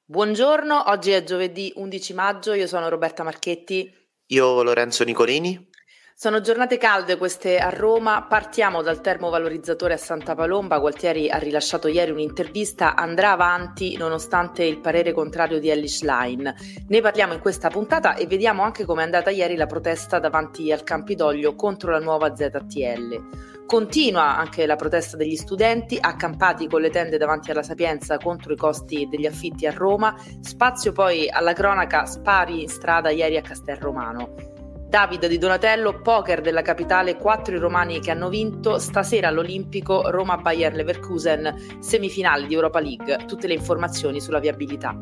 Buongiorno, oggi è giovedì 11 maggio, io sono Roberta Marchetti. Io Lorenzo Nicolini. Sono giornate calde queste a Roma, partiamo dal termovalorizzatore a Santa Palomba. Gualtieri ha rilasciato ieri un'intervista, andrà avanti nonostante il parere contrario di Elly Schlein. Ne parliamo in questa puntata e vediamo anche come è andata ieri la protesta davanti al Campidoglio contro la nuova ZTL. Continua anche la protesta degli studenti, accampati con le tende davanti alla Sapienza contro i costi degli affitti a Roma. Spazio poi alla cronaca, spari in strada ieri a Castelromano. David Di Donatello, poker della capitale, 4 i romani che hanno vinto, stasera all'Olimpico Roma-Bayer Leverkusen, semifinali di Europa League. Tutte le informazioni sulla viabilità.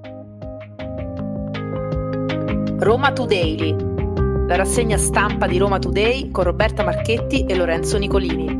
Roma Today, la rassegna stampa di Roma Today con Roberta Marchetti e Lorenzo Nicolini.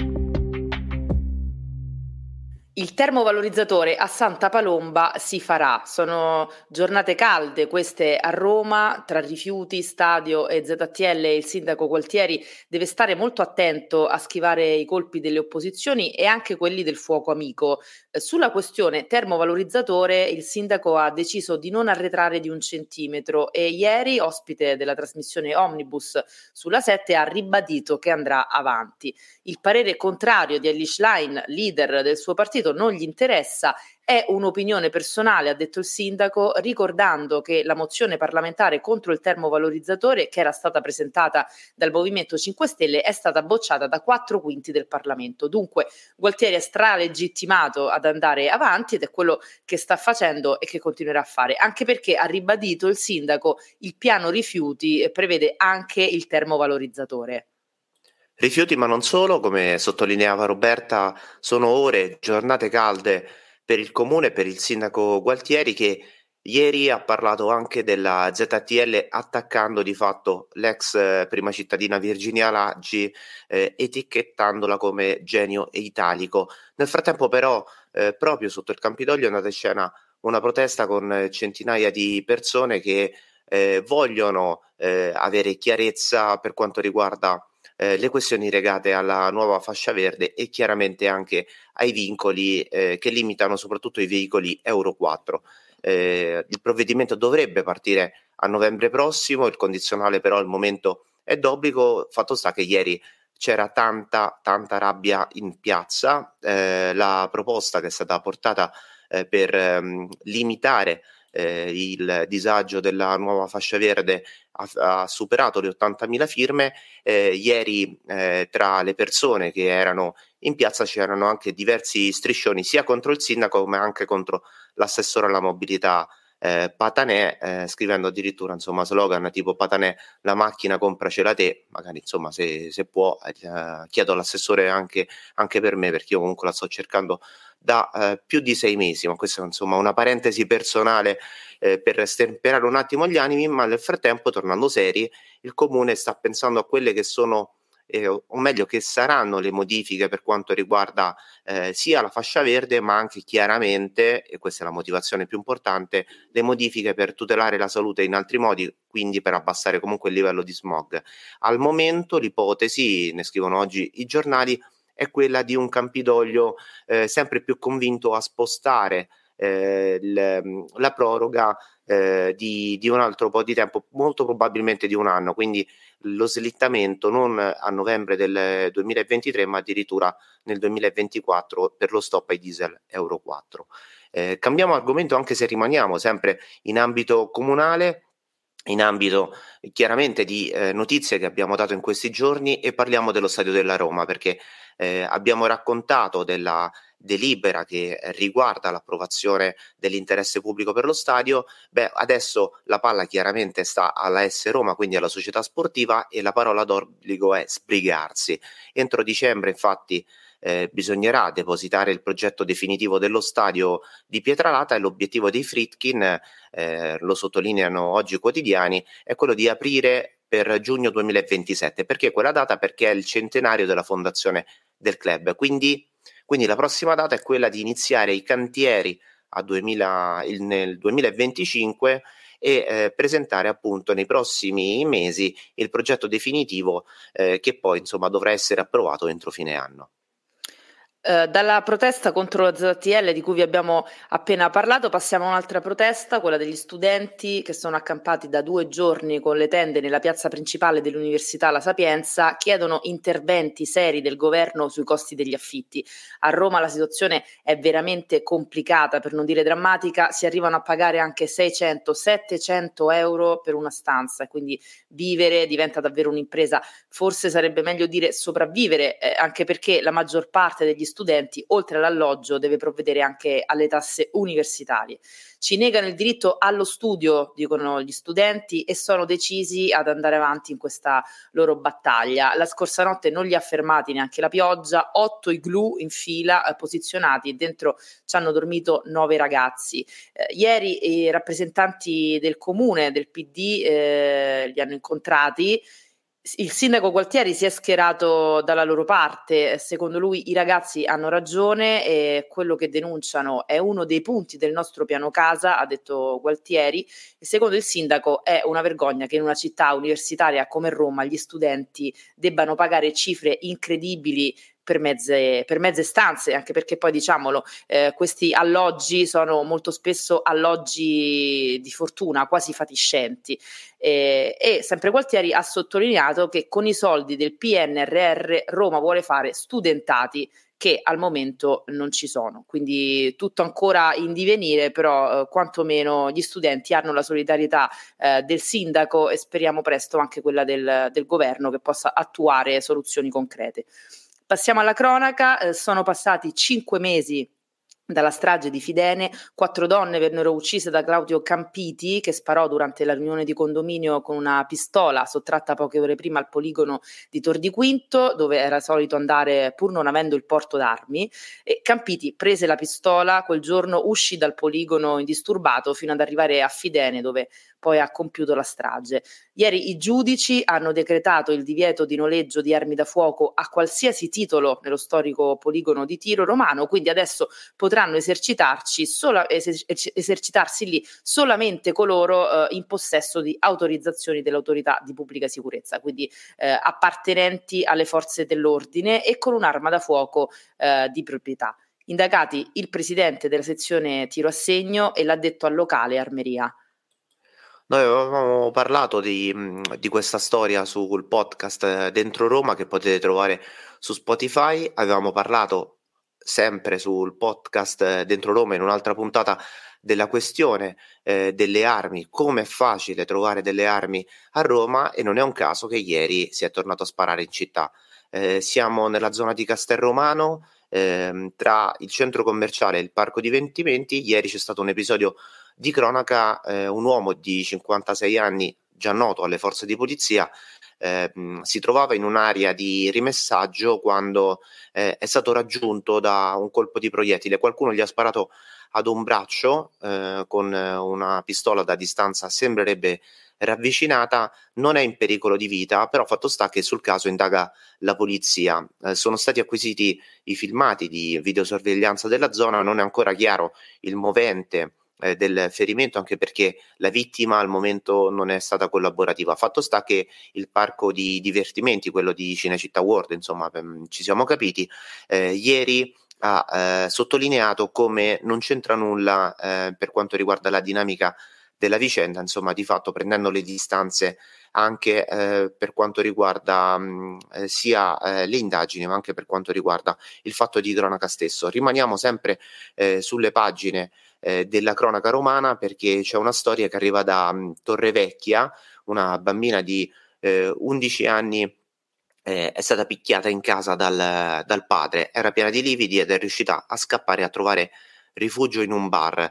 Il termovalorizzatore a Santa Palomba si farà. Sono giornate calde queste a Roma, tra rifiuti, stadio e ZTL. Il sindaco Gualtieri deve stare molto attento a schivare i colpi delle opposizioni e anche quelli del fuoco amico. Sulla questione termovalorizzatore il sindaco ha deciso di non arretrare di 1 centimetro e ieri, ospite della trasmissione Omnibus sulla 7, ha ribadito che andrà avanti. Il parere contrario di Elly Schlein, leader del suo partito, non gli interessa, è un'opinione personale, ha detto il sindaco, ricordando che la mozione parlamentare contro il termovalorizzatore, che era stata presentata dal Movimento 5 Stelle, è stata bocciata da 4/5 del Parlamento. Dunque Gualtieri è stralegittimato ad andare avanti ed è quello che sta facendo e che continuerà a fare, anche perché ha ribadito il sindaco, il piano rifiuti prevede anche il termovalorizzatore. Rifiuti, ma non solo, come sottolineava Roberta, sono ore, giornate calde per il comune e per il sindaco Gualtieri, che ieri ha parlato anche della ZTL, attaccando di fatto l'ex prima cittadina Virginia Raggi, etichettandola come genio e italico. Nel frattempo però proprio sotto il Campidoglio è andata in scena una protesta con centinaia di persone che vogliono avere chiarezza per quanto riguarda le questioni legate alla nuova fascia verde e chiaramente anche ai vincoli che limitano soprattutto i veicoli Euro 4. Il provvedimento dovrebbe partire a novembre prossimo, il condizionale però al momento è d'obbligo. Fatto sta che ieri c'era tanta rabbia in piazza. La proposta che è stata portata per limitare il disagio della nuova fascia verde ha superato le 80.000 firme. Ieri tra le persone che erano in piazza c'erano anche diversi striscioni sia contro il sindaco ma anche contro l'assessore alla mobilità Patanè, scrivendo addirittura insomma slogan tipo Patanè la macchina compracela te, magari insomma se può chiedo all'assessore anche per me, perché io comunque la sto cercando da più di 6 mesi, ma questa è insomma una parentesi personale per stemperare un attimo gli animi. Ma nel frattempo, tornando seri, il comune sta pensando a quelle che sono o meglio che saranno le modifiche per quanto riguarda sia la fascia verde ma anche chiaramente, e questa è la motivazione più importante, le modifiche per tutelare la salute in altri modi, quindi per abbassare comunque il livello di smog. Al momento l'ipotesi, ne scrivono oggi i giornali, è quella di un Campidoglio sempre più convinto a spostare la proroga di un altro po' di tempo, molto probabilmente di un anno, quindi lo slittamento non a novembre del 2023 ma addirittura nel 2024 per lo stop ai diesel Euro 4. Cambiamo argomento, anche se rimaniamo sempre in ambito comunale, in ambito chiaramente di notizie che abbiamo dato in questi giorni, e parliamo dello Stadio della Roma, perché abbiamo raccontato della delibera che riguarda l'approvazione dell'interesse pubblico per lo stadio. Adesso la palla chiaramente sta alla AS Roma, quindi alla società sportiva, e la parola d'obbligo è sbrigarsi. Entro dicembre infatti bisognerà depositare il progetto definitivo dello stadio di Pietralata, e l'obiettivo dei Friedkin, lo sottolineano oggi i quotidiani, è quello di aprire per giugno 2027. Perché quella data? Perché è il centenario della fondazione del club, quindi la prossima data è quella di iniziare i cantieri nel 2025 e presentare appunto nei prossimi mesi il progetto definitivo che poi insomma dovrà essere approvato entro fine anno. Dalla protesta contro la ZTL di cui vi abbiamo appena parlato, passiamo a un'altra protesta, quella degli studenti che sono accampati da 2 giorni con le tende nella piazza principale dell'Università La Sapienza, chiedono interventi seri del governo sui costi degli affitti. A Roma la situazione è veramente complicata, per non dire drammatica, si arrivano a pagare anche 600-700 euro per una stanza, e quindi vivere diventa davvero un'impresa. Forse sarebbe meglio dire sopravvivere, anche perché la maggior parte degli studenti, oltre all'alloggio, deve provvedere anche alle tasse universitarie. Ci negano il diritto allo studio, dicono gli studenti, e sono decisi ad andare avanti in questa loro battaglia. La scorsa notte non li ha fermati neanche la pioggia, 8 igloo in fila posizionati, e dentro ci hanno dormito 9 ragazzi. Ieri i rappresentanti del comune, del PD, li hanno incontrati. Il sindaco Gualtieri si è schierato dalla loro parte, secondo lui i ragazzi hanno ragione e quello che denunciano è uno dei punti del nostro piano casa, ha detto Gualtieri, e secondo il sindaco è una vergogna che in una città universitaria come Roma gli studenti debbano pagare cifre incredibili per mezze stanze, anche perché poi diciamolo, questi alloggi sono molto spesso alloggi di fortuna, quasi fatiscenti. E sempre Gualtieri ha sottolineato che con i soldi del PNRR Roma vuole fare studentati che al momento non ci sono, quindi tutto ancora in divenire, però quantomeno gli studenti hanno la solidarietà del sindaco, e speriamo presto anche quella del governo che possa attuare soluzioni concrete. Passiamo alla cronaca, sono passati 5 mesi dalla strage di Fidene. 4 donne vennero uccise da Claudio Campiti, che sparò durante la riunione di condominio con una pistola sottratta poche ore prima al poligono di Tor di Quinto, dove era solito andare pur non avendo il porto d'armi. E Campiti prese la pistola quel giorno, uscì dal poligono indisturbato fino ad arrivare a Fidene, dove poi ha compiuto la strage. Ieri i giudici hanno decretato il divieto di noleggio di armi da fuoco a qualsiasi titolo nello storico poligono di Tiro romano, quindi adesso potranno esercitarsi lì solamente coloro in possesso di autorizzazioni dell'autorità di pubblica sicurezza, quindi appartenenti alle forze dell'ordine e con un'arma da fuoco di proprietà. Indagati il presidente della sezione tiro a segno e l'addetto al locale armeria. Noi avevamo parlato di questa storia sul podcast Dentro Roma, che potete trovare su Spotify. Avevamo parlato sempre sul podcast Dentro Roma in un'altra puntata della questione delle armi, come è facile trovare delle armi a Roma, e non è un caso che ieri si è tornato a sparare in città. Siamo nella zona di Castelromano, tra il centro commerciale e il parco di Ventimenti. Ieri c'è stato un episodio di cronaca, un uomo di 56 anni, già noto alle forze di polizia, si trovava in un'area di rimessaggio quando è stato raggiunto da un colpo di proiettile. Qualcuno gli ha sparato ad un braccio con una pistola da distanza, sembrerebbe ravvicinata. Non è in pericolo di vita, però fatto sta che sul caso indaga la polizia. Sono stati acquisiti i filmati di videosorveglianza della zona, non è ancora chiaro il movente del ferimento, anche perché la vittima al momento non è stata collaborativa. Fatto sta che il parco di divertimenti, quello di Cinecittà World, insomma, ci siamo capiti, ieri ha sottolineato come non c'entra nulla per quanto riguarda la dinamica della vicenda, insomma, di fatto prendendo le distanze anche per quanto riguarda sia le indagini, ma anche per quanto riguarda il fatto di cronaca stesso. Rimaniamo sempre sulle pagine della cronaca romana, perché c'è una storia che arriva da Torrevecchia. Una bambina di 11 anni è stata picchiata in casa dal padre, era piena di lividi ed è riuscita a scappare e a trovare rifugio in un bar.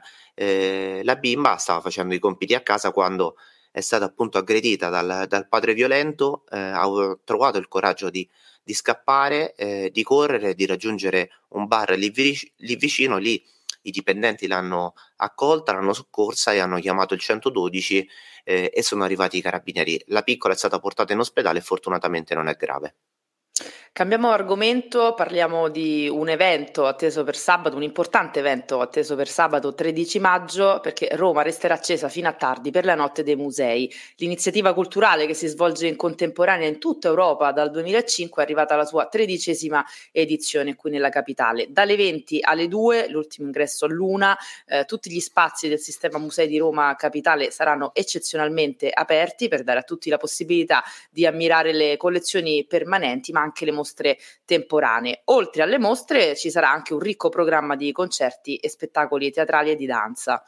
La bimba stava facendo i compiti a casa quando è stata appunto aggredita dal padre violento, ha trovato il coraggio di scappare, di correre, di raggiungere un bar lì vicino. Lì i dipendenti l'hanno accolta, l'hanno soccorsa e hanno chiamato il 112 e sono arrivati i carabinieri. La piccola è stata portata in ospedale e fortunatamente non è grave. Cambiamo argomento, parliamo di un evento atteso per sabato, un importante evento atteso per sabato 13 maggio, perché Roma resterà accesa fino a tardi per la Notte dei Musei. L'iniziativa culturale che si svolge in contemporanea in tutta Europa dal 2005 è arrivata alla sua 13ª edizione qui nella capitale. Dalle 20 alle 2, l'ultimo ingresso all'1, tutti gli spazi del sistema musei di Roma Capitale saranno eccezionalmente aperti per dare a tutti la possibilità di ammirare le collezioni permanenti, ma anche le mostre temporanee. Oltre alle mostre ci sarà anche un ricco programma di concerti e spettacoli teatrali e di danza.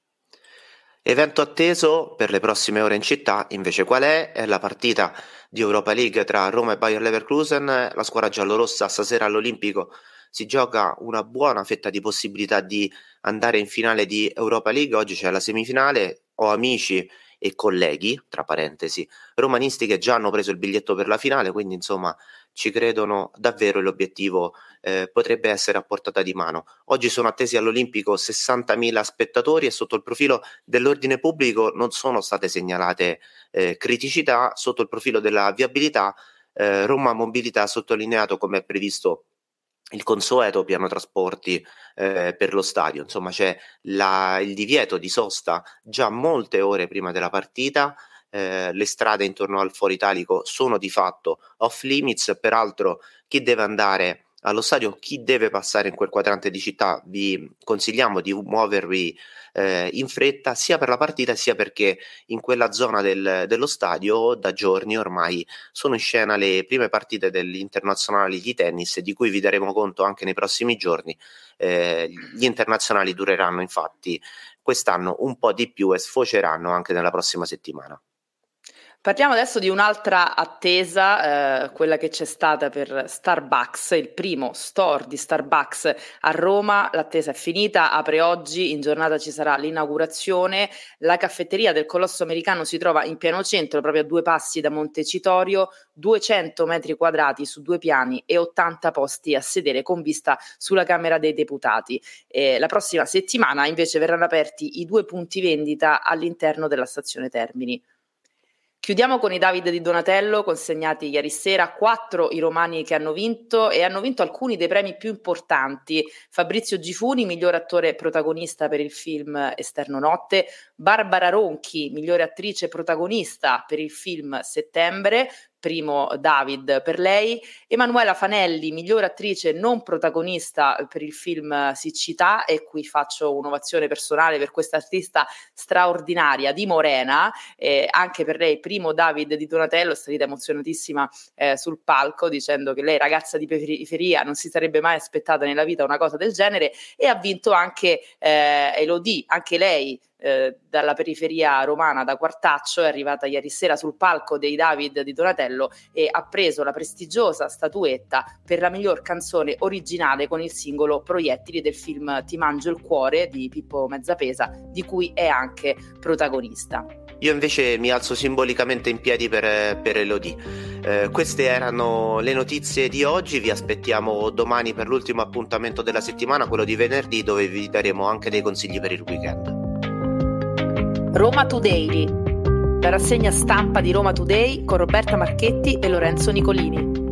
Evento atteso per le prossime ore in città, invece qual è? È la partita di Europa League tra Roma e Bayer Leverkusen. La squadra giallorossa stasera all'Olimpico si gioca una buona fetta di possibilità di andare in finale di Europa League. Oggi c'è la semifinale, ho amici e colleghi, tra parentesi, romanisti che già hanno preso il biglietto per la finale, quindi insomma ci credono davvero e l'obiettivo potrebbe essere a portata di mano. Oggi sono attesi all'Olimpico 60.000 spettatori e sotto il profilo dell'ordine pubblico non sono state segnalate criticità. Sotto il profilo della viabilità, Roma Mobilità ha sottolineato come è previsto il consueto piano trasporti per lo stadio. Insomma c'è il divieto di sosta già molte ore prima della partita. Le strade intorno al Foro Italico sono di fatto off limits. Peraltro chi deve andare allo stadio, chi deve passare in quel quadrante di città, vi consigliamo di muovervi in fretta, sia per la partita sia perché in quella zona dello stadio da giorni ormai sono in scena le prime partite degli internazionali di tennis, di cui vi daremo conto anche nei prossimi giorni. Gli internazionali dureranno infatti quest'anno un po' di più e sfoceranno anche nella prossima settimana. Parliamo adesso di un'altra attesa, quella che c'è stata per Starbucks, il primo store di Starbucks a Roma. L'attesa è finita, apre oggi, in giornata ci sarà l'inaugurazione. La caffetteria del Colosso Americano si trova in pieno centro, proprio a 2 passi da Montecitorio, 200 metri quadrati su 2 piani e 80 posti a sedere con vista sulla Camera dei Deputati. La prossima settimana invece verranno aperti i 2 punti vendita all'interno della stazione Termini. Chiudiamo con i David di Donatello, consegnati ieri sera. 4 i romani che hanno vinto e hanno vinto alcuni dei premi più importanti. Fabrizio Gifuni, miglior attore protagonista per il film Esterno Notte. Barbara Ronchi, migliore attrice protagonista per il film Settembre, primo David per lei. Emanuela Fanelli, miglior attrice non protagonista per il film Siccità, e qui faccio un'ovazione personale per questa artista straordinaria di Morena, anche per lei primo David di Donatello. È stata emozionatissima sul palco dicendo che lei, ragazza di periferia, non si sarebbe mai aspettata nella vita una cosa del genere, e ha vinto anche Elodie, anche lei dalla periferia romana, da Quartaccio, è arrivata ieri sera sul palco dei David di Donatello e ha preso la prestigiosa statuetta per la miglior canzone originale con il singolo Proiettili del film Ti mangio il cuore di Pippo Mezzapesa, di cui è anche protagonista. Io invece mi alzo simbolicamente in piedi per Elodie. Queste erano le notizie di oggi. Vi aspettiamo domani per l'ultimo appuntamento della settimana, quello di venerdì, dove vi daremo anche dei consigli per il weekend. Roma Today, la rassegna stampa di Roma Today con Roberta Marchetti e Lorenzo Nicolini.